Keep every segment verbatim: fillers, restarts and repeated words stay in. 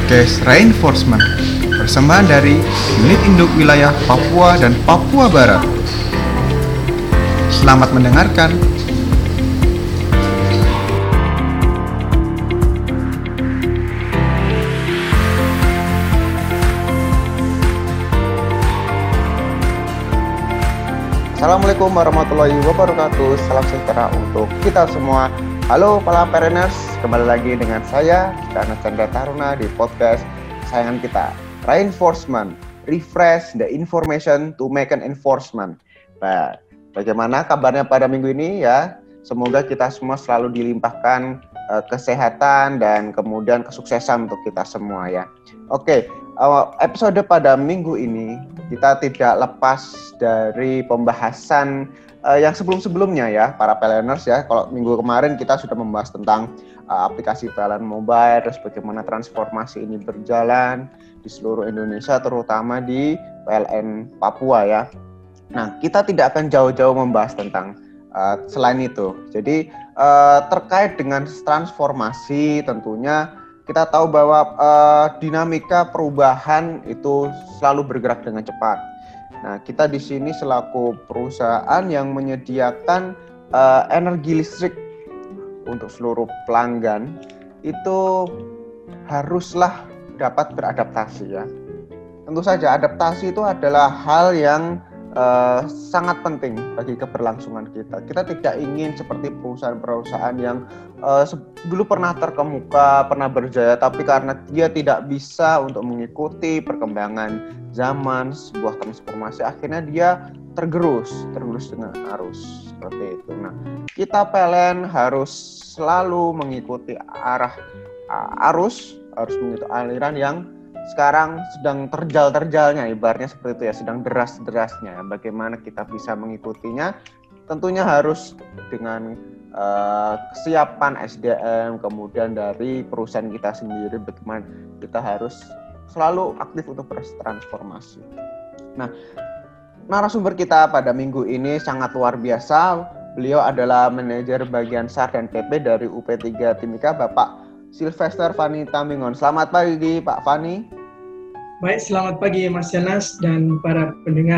podcast Reinforcement, persembahan dari Unit Induk Wilayah Papua dan Papua Barat. Selamat mendengarkan. Assalamualaikum warahmatullahi wabarakatuh. Salam sejahtera untuk kita semua. Halo para pereners, kembali lagi dengan saya Dana Chandra Taruna di podcast kesayangan kita, Reinforcement, refresh the information to make an enforcement. Nah, bagaimana kabarnya pada minggu ini ya? Semoga kita semua selalu dilimpahkan uh, kesehatan dan kemudian kesuksesan untuk kita semua ya. Oke, uh, episode pada minggu ini kita tidak lepas dari pembahasan Uh, yang sebelum-sebelumnya ya, para P L Ners ya. Kalau minggu kemarin kita sudah membahas tentang uh, aplikasi P L N Mobile, terus bagaimana transformasi ini berjalan di seluruh Indonesia, terutama di P L N Papua ya. Nah, kita tidak akan jauh-jauh membahas tentang uh, selain itu. Jadi uh, terkait dengan transformasi, tentunya kita tahu bahwa uh, dinamika perubahan itu selalu bergerak dengan cepat. Nah, kita di sini selaku perusahaan yang menyediakan uh, energi listrik untuk seluruh pelanggan itu haruslah dapat beradaptasi ya. Tentu saja adaptasi itu adalah hal yang uh, sangat penting bagi keberlangsungan kita. Kita tidak ingin seperti perusahaan-perusahaan yang uh, dulu pernah terkemuka, pernah berjaya, tapi karena dia tidak bisa untuk mengikuti perkembangan zaman, sebuah transformasi, akhirnya dia tergerus, tergerus dengan arus seperti itu. Nah, kita P L N harus selalu mengikuti arah uh, arus, harus mengikuti aliran yang sekarang sedang terjal-terjalnya, ibaratnya seperti itu ya, sedang deras-derasnya. Bagaimana kita bisa mengikutinya? Tentunya harus dengan uh, kesiapan S D M, kemudian dari perusahaan kita sendiri, bagaimana kita harus selalu aktif untuk bertransformasi. Nah, narasumber kita pada minggu ini sangat luar biasa. Beliau adalah manajer bagian S A R dan P P dari U P tiga Timika, Bapak Sylvester Fani Tamingon. Selamat pagi, Pak Fani. Baik, selamat pagi Mas Yanas dan para pendengar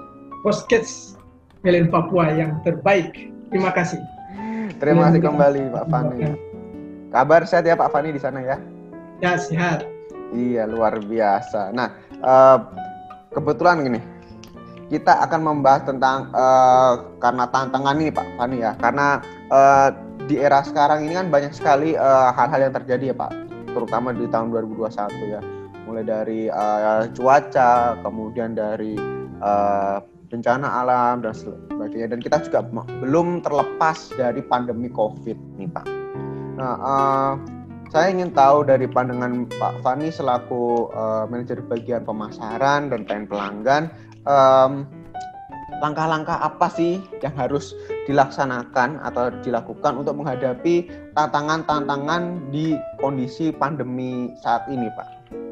podcast P L N Papua yang terbaik. Terima kasih. Terima kasih kembali Pak Fani. Kabar sehat ya Pak Fani di sana ya? Ya, sehat. Iya, luar biasa. Nah, uh, kebetulan gini, kita akan membahas tentang uh, karena tantangan ini Pak Fani ya, karena uh, di era sekarang ini kan banyak sekali uh, hal-hal yang terjadi ya Pak, terutama di tahun dua ribu dua puluh satu ya, mulai dari uh, cuaca, kemudian dari uh, bencana alam dan sebagainya, dan kita juga belum terlepas dari pandemi COVID nih Pak. Nah, uh, saya ingin tahu dari pandangan Pak Fani selaku uh, manajer bagian pemasaran dan pelayanan pelanggan, um, langkah-langkah apa sih yang harus dilaksanakan atau dilakukan untuk menghadapi tantangan-tantangan di kondisi pandemi saat ini, Pak?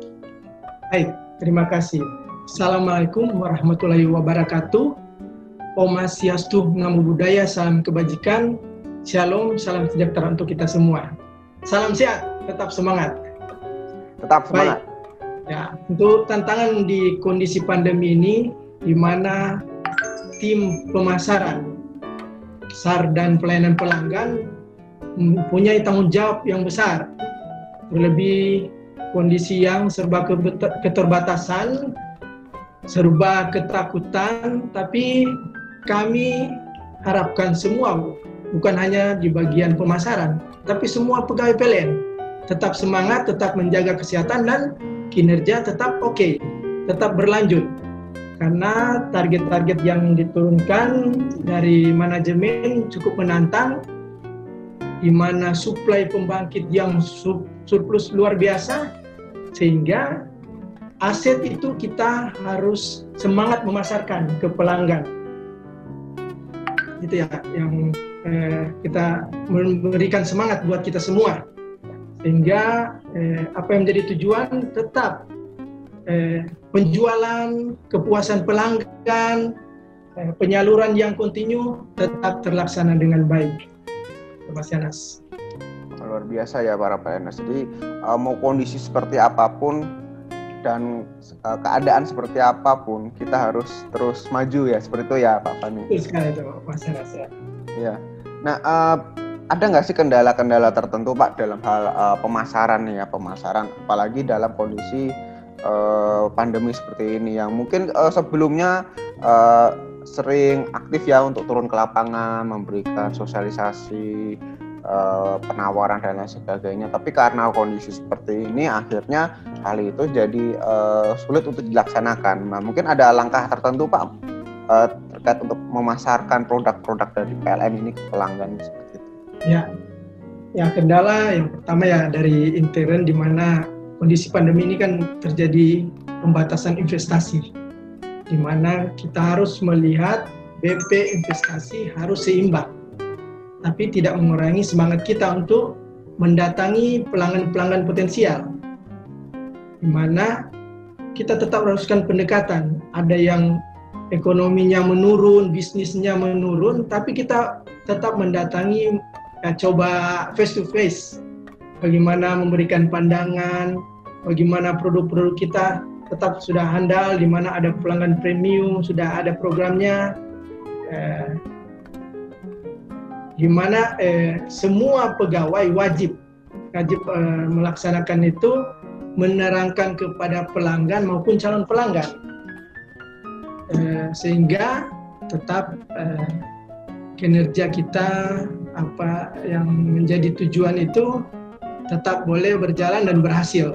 Baik, terima kasih. Assalamualaikum warahmatullahi wabarakatuh. Om Swastiastu, Namo Buddhaya, salam kebajikan, shalom, salam sejahtera untuk kita semua. Salam sehat, tetap semangat. Tetap semangat. Baik. Ya, untuk tantangan di kondisi pandemi ini, di mana tim pemasaran, S A R dan pelayanan pelanggan mempunyai tanggung jawab yang besar. Terlebih kondisi yang serba keterbatasan, serba ketakutan, tapi kami harapkan semua, bukan hanya di bagian pemasaran, tapi semua pegawai P L N tetap semangat, tetap menjaga kesehatan dan kinerja tetap oke, okay, tetap berlanjut. Karena target-target yang diturunkan dari manajemen cukup menantang, di mana suplai pembangkit yang surplus luar biasa, sehingga aset itu kita harus semangat memasarkan ke pelanggan. Itu ya yang eh, kita memberikan semangat buat kita semua, sehingga eh, apa yang menjadi tujuan tetap eh, penjualan, kepuasan pelanggan, eh, penyaluran yang kontinu tetap terlaksana dengan baik. Mas Yanas. Luar biasa ya para P N S. Jadi uh, mau kondisi seperti apapun dan uh, keadaan seperti apapun, kita harus terus maju ya, seperti itu ya Pak Fani. Betul sekali itu Mas Rasa. Ya. Nah, uh, ada nggak sih kendala-kendala tertentu Pak dalam hal uh, pemasaran nih ya, pemasaran, apalagi dalam kondisi uh, pandemi seperti ini yang mungkin uh, sebelumnya uh, sering aktif ya untuk turun ke lapangan, memberikan sosialisasi, uh, penawaran dan lain sebagainya. Tapi karena kondisi seperti ini, akhirnya hal itu jadi uh, sulit untuk dilaksanakan. Nah, mungkin ada langkah tertentu Pak uh, terkait untuk memasarkan produk-produk dari P L N ini ke pelanggan seperti itu. Ya, ya kendala yang pertama ya dari intern, di mana kondisi pandemi ini kan terjadi pembatasan investasi, di mana kita harus melihat B P investasi harus seimbang, tapi tidak mengurangi semangat kita untuk mendatangi pelanggan-pelanggan potensial, di mana kita tetap haruskan pendekatan. Ada yang ekonominya menurun, bisnisnya menurun, tapi kita tetap mendatangi, ya, coba face to face, bagaimana memberikan pandangan, bagaimana produk-produk kita tetap sudah handal, di mana ada pelanggan premium, sudah ada programnya, eh, di mana eh, semua pegawai wajib wajib eh, melaksanakan itu, menerangkan kepada pelanggan maupun calon pelanggan, eh, sehingga tetap eh, kinerja kita, apa yang menjadi tujuan itu tetap boleh berjalan dan berhasil.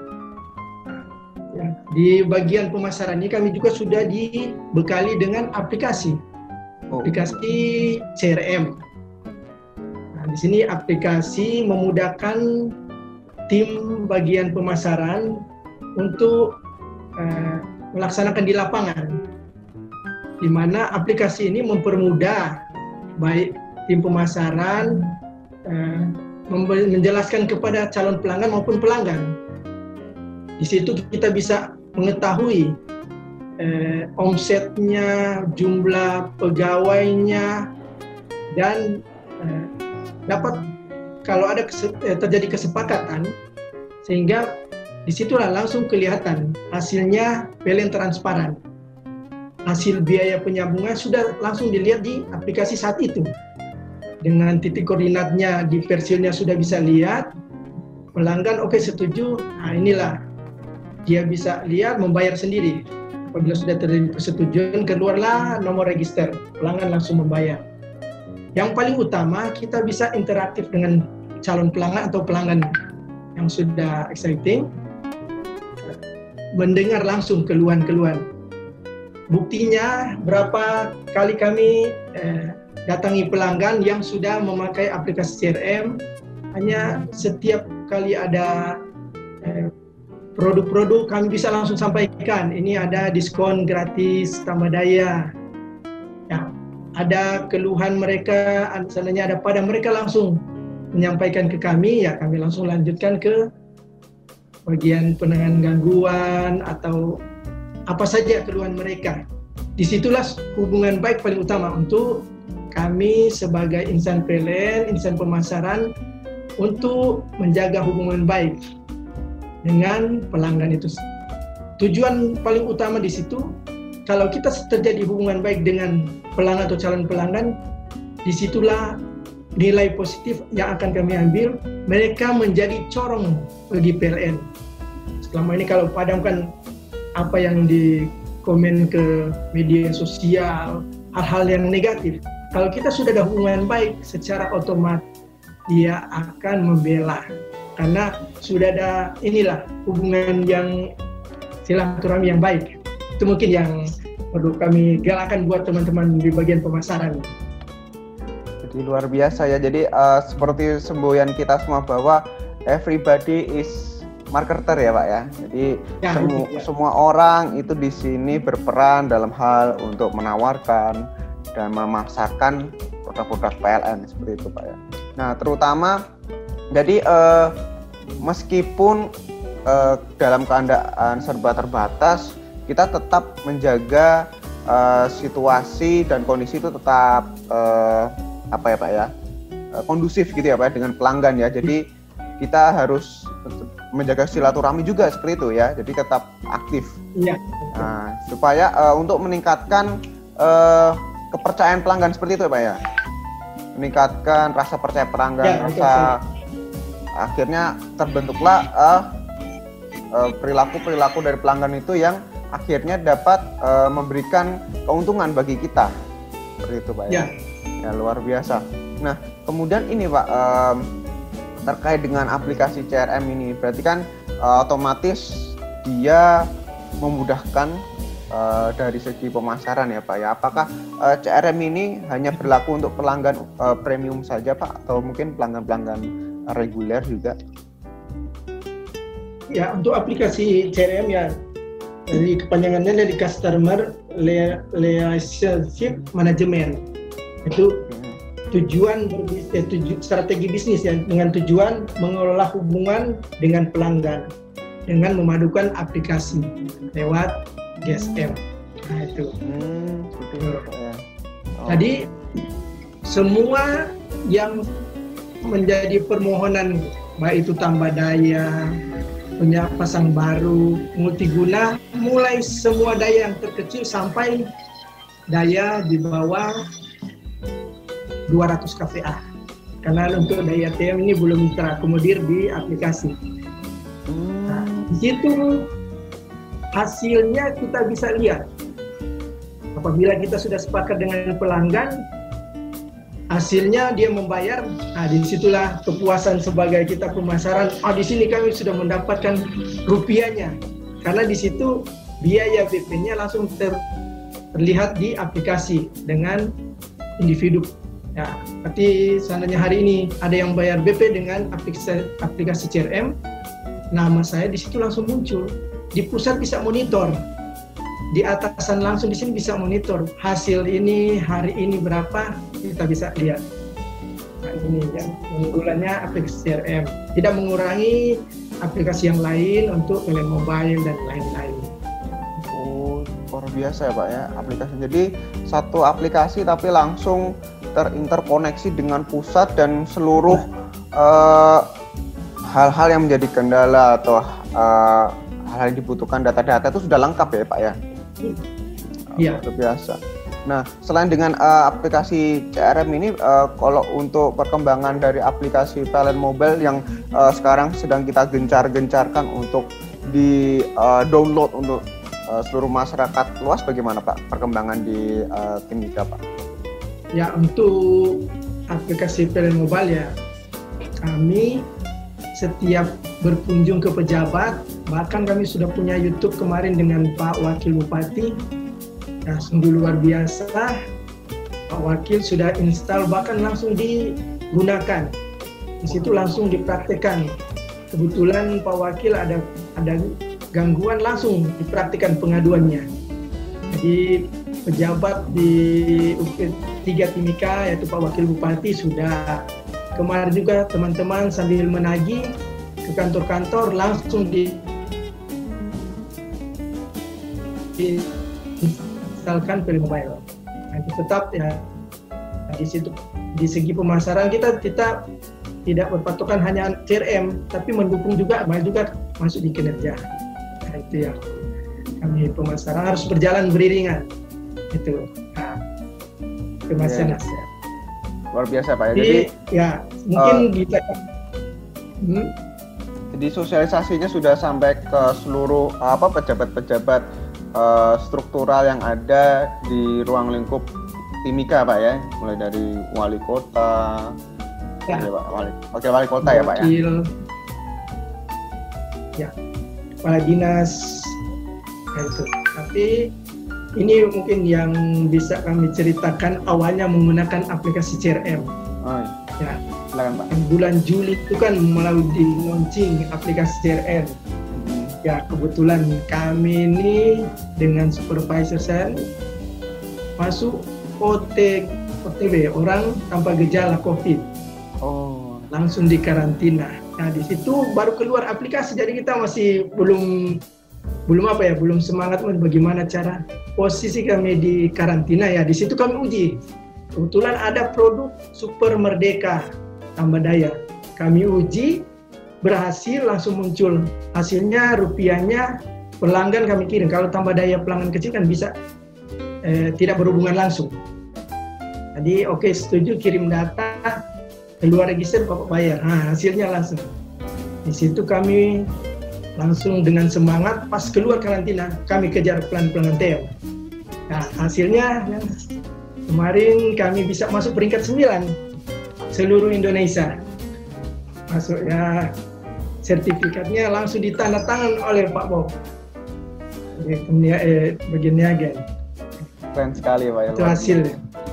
Di bagian pemasaran ini kami juga sudah dibekali dengan aplikasi, aplikasi C R M. Nah, di sini aplikasi memudahkan tim bagian pemasaran untuk uh, melaksanakan di lapangan, di mana aplikasi ini mempermudah baik tim pemasaran uh, menjelaskan kepada calon pelanggan maupun pelanggan. Di situ kita bisa mengetahui eh, omsetnya, jumlah pegawainya, dan eh, dapat kalau ada kese, eh, terjadi kesepakatan, sehingga disitulah langsung kelihatan hasilnya, P L N transparan. Hasil biaya penyambungan sudah langsung dilihat di aplikasi saat itu. Dengan titik koordinatnya di persilnya sudah bisa lihat, pelanggan oke okay, setuju, nah inilah dia bisa lihat, membayar sendiri. Apabila sudah terjadi persetujuan, keluarlah nomor register, pelanggan langsung membayar. Yang paling utama, kita bisa interaktif dengan calon pelanggan atau pelanggan yang sudah exciting, mendengar langsung keluhan-keluhan. Buktinya, berapa kali kami eh, datangi pelanggan yang sudah memakai aplikasi C R M, hanya setiap kali ada eh, produk-produk kami bisa langsung sampaikan, ini ada diskon gratis tambah daya. Ya, ada keluhan mereka, seandainya ada pada mereka langsung menyampaikan ke kami, ya kami langsung lanjutkan ke bagian penanganan gangguan atau apa saja keluhan mereka. Disitulah hubungan baik paling utama untuk kami sebagai insan P L N, insan pemasaran, untuk menjaga hubungan baik dengan pelanggan itu. Tujuan paling utama di situ, kalau kita terjadi hubungan baik dengan pelanggan atau calon pelanggan, disitulah nilai positif yang akan kami ambil, mereka menjadi corong bagi P L N. Selama ini kalau padamkan apa yang di komen ke media sosial, hal-hal yang negatif, kalau kita sudah ada hubungan baik, secara otomatis dia akan membela. Karena sudah ada inilah hubungan yang silaturahmi yang baik. Itu mungkin yang perlu kami galakkan buat teman-teman di bagian pemasaran. Jadi luar biasa ya. Jadi uh, seperti semboyan kita semua bahwa everybody is marketer ya Pak ya. Jadi ya, semu, ya. semua orang itu di sini berperan dalam hal untuk menawarkan dan memasarkan produk-produk P L N seperti itu Pak ya. Nah terutama jadi uh, meskipun uh, dalam keadaan serba terbatas, kita tetap menjaga uh, situasi dan kondisi itu tetap uh, apa ya Pak ya, uh, kondusif gitu ya Pak dengan pelanggan ya. Jadi kita harus menjaga silaturahmi juga seperti itu ya. Jadi tetap aktif. Iya. Nah, supaya uh, untuk meningkatkan uh, kepercayaan pelanggan seperti itu ya Pak ya. Meningkatkan rasa percaya pelanggan, ya, rasa betul. Akhirnya terbentuklah uh, uh, perilaku-perilaku dari pelanggan itu yang akhirnya dapat uh, memberikan keuntungan bagi kita. Seperti itu Pak ya. Ya, ya luar biasa. Nah, kemudian ini Pak um, terkait dengan aplikasi C R M ini, berarti kan uh, otomatis dia memudahkan uh, dari segi pemasaran ya Pak ya. Apakah uh, C R M ini hanya berlaku untuk pelanggan uh, premium saja Pak, atau mungkin pelanggan-pelanggan reguler juga? Ya, untuk aplikasi C R M ya, dari kepanjangannya dari Customer Relationship Management. Itu tujuan berbis, eh, tuju, strategi bisnis ya, dengan tujuan mengelola hubungan dengan pelanggan dengan memadukan aplikasi lewat G S M. Nah itu. Hmm, itu. Ya. Oh. Jadi semua yang menjadi permohonan, baik itu tambah daya, punya pasang baru, multiguna, mulai semua daya yang terkecil sampai daya di bawah dua ratus K V A. Karena untuk daya T M ini belum terakomodir di aplikasi. Nah, di situ hasilnya kita bisa lihat. Apabila kita sudah sepakat dengan pelanggan, hasilnya dia membayar. Nah, disitulah kepuasan sebagai kita pemasaran. Oh, di sini kami sudah mendapatkan rupiahnya. Karena di situ biaya B P-nya langsung ter, terlihat di aplikasi dengan individu. Ya, berarti seandainya hari ini ada yang bayar B P dengan aplikasi, aplikasi C R M, nama saya di situ langsung muncul. Di pusat bisa monitor, di atasan langsung di sini bisa monitor hasil ini hari ini berapa, kita bisa lihat. Nah, ini ya keunggulannya aplikasi C R M, tidak mengurangi aplikasi yang lain untuk P L N Mobile dan lain-lain. Oh, luar biasa ya Pak ya aplikasi. Jadi satu aplikasi tapi langsung terinterkoneksi dengan pusat dan seluruh uh, hal-hal yang menjadi kendala atau uh, hal yang dibutuhkan data-data itu sudah lengkap ya Pak ya? Iya. Luar biasa. Nah, selain dengan uh, aplikasi C R M ini, uh, kalau untuk perkembangan dari aplikasi P L N Mobile yang uh, sekarang sedang kita gencar-gencarkan untuk di uh, download untuk uh, seluruh masyarakat luas, bagaimana Pak perkembangan di uh, Timika Pak? Ya, untuk aplikasi P L N Mobile ya, kami setiap berkunjung ke pejabat, bahkan kami sudah punya YouTube kemarin dengan Pak Wakil Bupati, ya sungguh luar biasa. Pak Wakil sudah install, bahkan langsung digunakan. Di situ langsung dipraktekkan. Kebetulan Pak Wakil ada ada gangguan, langsung dipraktikkan pengaduannya. Jadi pejabat di U P tiga Timika yaitu Pak Wakil Bupati sudah, kemarin juga teman-teman sambil menagih ke kantor-kantor langsung di instalkan P L N Mobile. Nah, itu tetap ya di situ di segi pemasaran kita kita tidak berpatokan hanya C R M, tapi mendukung juga, malah juga masuk di kinerja. Nah, itu ya kami pemasaran harus berjalan beriringan. Itu nah, kemasan ya. Luar biasa Pak ya. Jadi, jadi ya mungkin uh, kita hmm? jadi sosialisasinya sudah sampai ke seluruh apa pejabat-pejabat uh, struktural yang ada di ruang lingkup Timika Pak ya, mulai dari wali kota, ya, ya Pak, wali, wakil wali kota wakil, ya Pak ya. Ya, kepala dinas ya itu. Tapi ini mungkin yang bisa kami ceritakan awalnya menggunakan aplikasi C R M. Oh, ya. Silakan Pak. Bulan Juli itu kan melalui di launching aplikasi C R M. Hmm. Ya kebetulan kami ini dengan supervisor saya masuk O T B, orang tanpa gejala COVID. Oh. Langsung dikarantina. Nah di situ baru keluar aplikasi, jadi kita masih belum belum apa ya, belum semangat bagaimana cara posisi kami di karantina ya. Di situ kami uji kebetulan ada produk Super Merdeka tambah daya. Kami uji, berhasil, langsung muncul hasilnya, rupiahnya, pelanggan kami kirim. Kalau tambah daya pelanggan kecil kan bisa eh, tidak berhubungan langsung. Jadi oke okay, setuju, kirim data, keluar register, Bapak bayar. Nah, hasilnya langsung. Di situ kami langsung dengan semangat, pas keluar karantina, kami kejar pelanggan-pelanggan T M. Nah, hasilnya ya, kemarin kami bisa masuk peringkat sembilan seluruh Indonesia. Masuk ya, sertifikatnya langsung ditandatangan oleh Pak Bob, eh, bagian niaga. Keren sekali Pak. Itu hasilnya.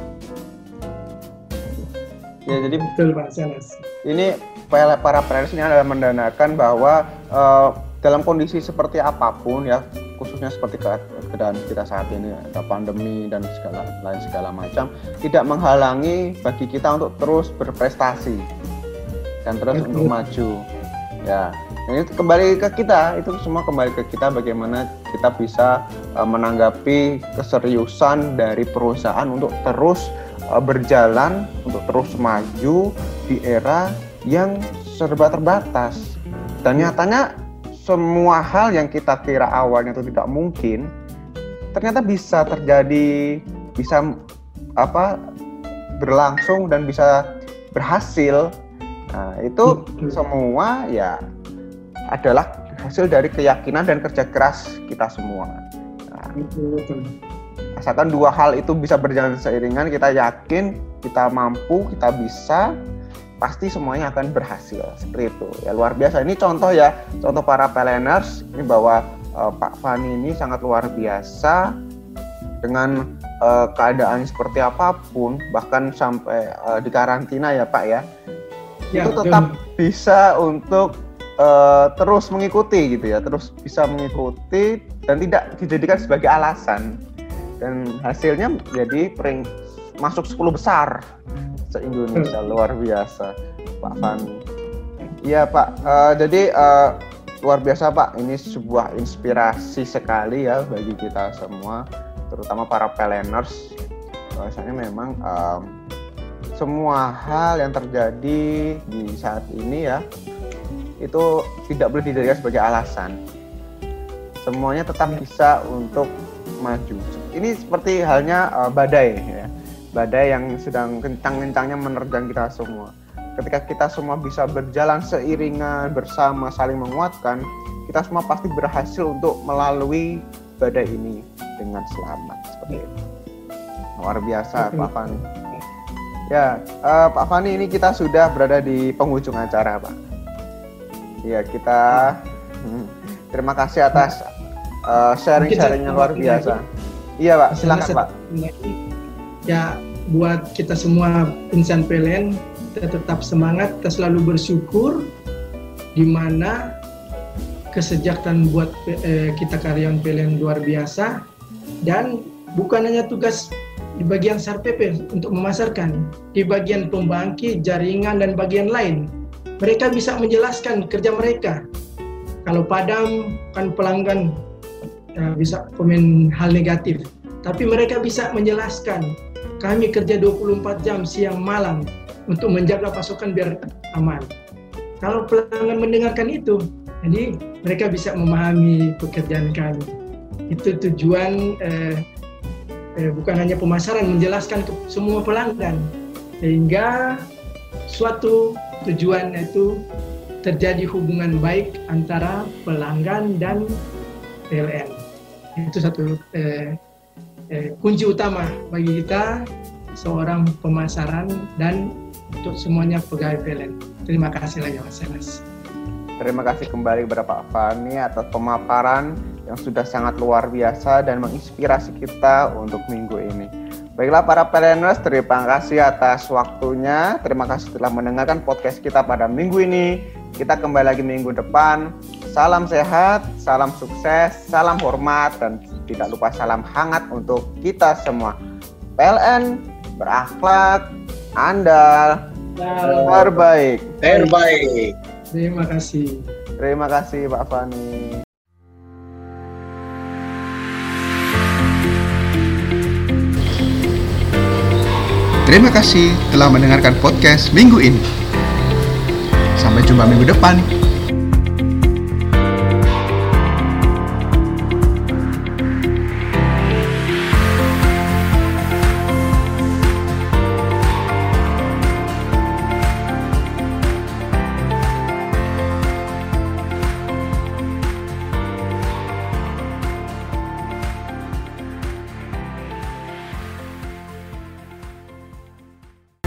Ya jadi betul Pak Sanas. Ini para planners ini adalah mendanakan bahwa uh, dalam kondisi seperti apapun ya, khususnya seperti keadaan kita saat ini, ada pandemi dan segala lain segala macam, tidak menghalangi bagi kita untuk terus berprestasi dan terus betul. Untuk maju. Ya, ini kembali ke kita, itu semua kembali ke kita bagaimana kita bisa uh, menanggapi keseriusan dari perusahaan untuk terus uh, berjalan, untuk terus maju di era yang serba terbatas. Dan nyatanya semua hal yang kita kira awalnya itu tidak mungkin ternyata bisa terjadi, bisa apa berlangsung dan bisa berhasil. Nah, itu semua ya adalah hasil dari keyakinan dan kerja keras kita semua. Nah, asalkan dua hal itu bisa berjalan seiringan, kita yakin, kita mampu, kita bisa, pasti semuanya akan berhasil. Seperti itu. Ya luar biasa. Ini contoh ya, contoh para planners ini bahwa uh, Pak Fani ini sangat luar biasa dengan uh, keadaan seperti apapun, bahkan sampai uh, di karantina ya Pak ya. Ya, itu tetap betul. Bisa untuk uh, terus mengikuti gitu ya, terus bisa mengikuti dan tidak dijadikan sebagai alasan. Dan hasilnya jadi pering, masuk sepuluh besar se-Indonesia. Hmm. Luar biasa Pak Fani. Iya Pak, uh, jadi uh, luar biasa Pak, ini sebuah inspirasi sekali ya bagi kita semua, terutama para planners. Bahwasanya memang um, semua hal yang terjadi di saat ini ya, itu tidak boleh dijadikan sebagai alasan. Semuanya tetap bisa untuk maju. Ini seperti halnya uh, badai ya. Badai yang sedang kencang-kencangnya menerjang kita semua. Ketika kita semua bisa berjalan seiringan, bersama, saling menguatkan, kita semua pasti berhasil untuk melalui badai ini dengan selamat. Seperti itu. Luar biasa Pak Fani. Ya, uh, Pak Fani, ini kita sudah berada di penghujung acara, Pak. Ya, kita hmm, terima kasih atas uh, sharing-sharingnya luar biasa. Iya, Pak. Silakan, Pak. Ya, buat kita semua insan P L N, kita tetap semangat, kita selalu bersyukur di mana kesejahteraan buat eh, kita karyawan P L N luar biasa, dan bukan hanya tugas di bagian S A R P P untuk memasarkan, di bagian pembangkit, jaringan, dan bagian lain. Mereka bisa menjelaskan kerja mereka. Kalau padam, kan pelanggan ya, bisa komen hal negatif. Tapi mereka bisa menjelaskan, kami kerja dua puluh empat jam siang malam untuk menjaga pasokan biar aman. Kalau pelanggan mendengarkan itu, jadi mereka bisa memahami pekerjaan kami. Itu tujuan eh, Eh, bukan hanya pemasaran, menjelaskan ke semua pelanggan, sehingga suatu tujuan itu terjadi hubungan baik antara pelanggan dan P L N. Itu satu eh, eh, kunci utama bagi kita seorang pemasaran dan untuk semuanya pegawai P L N. Terima kasih lagi Mas Enas. Terima kasih kembali kepada Pak Fani atas pemaparan yang sudah sangat luar biasa dan menginspirasi kita untuk minggu ini. Baiklah para planners, terima kasih atas waktunya. Terima kasih telah mendengarkan podcast kita pada minggu ini. Kita kembali lagi minggu depan. Salam sehat, salam sukses, salam hormat, dan tidak lupa salam hangat untuk kita semua. P L N berakhlak, andal, terbaik. Terbaik. Terima kasih. Terima kasih Pak Fani. Terima kasih telah mendengarkan podcast minggu ini. Sampai jumpa minggu depan.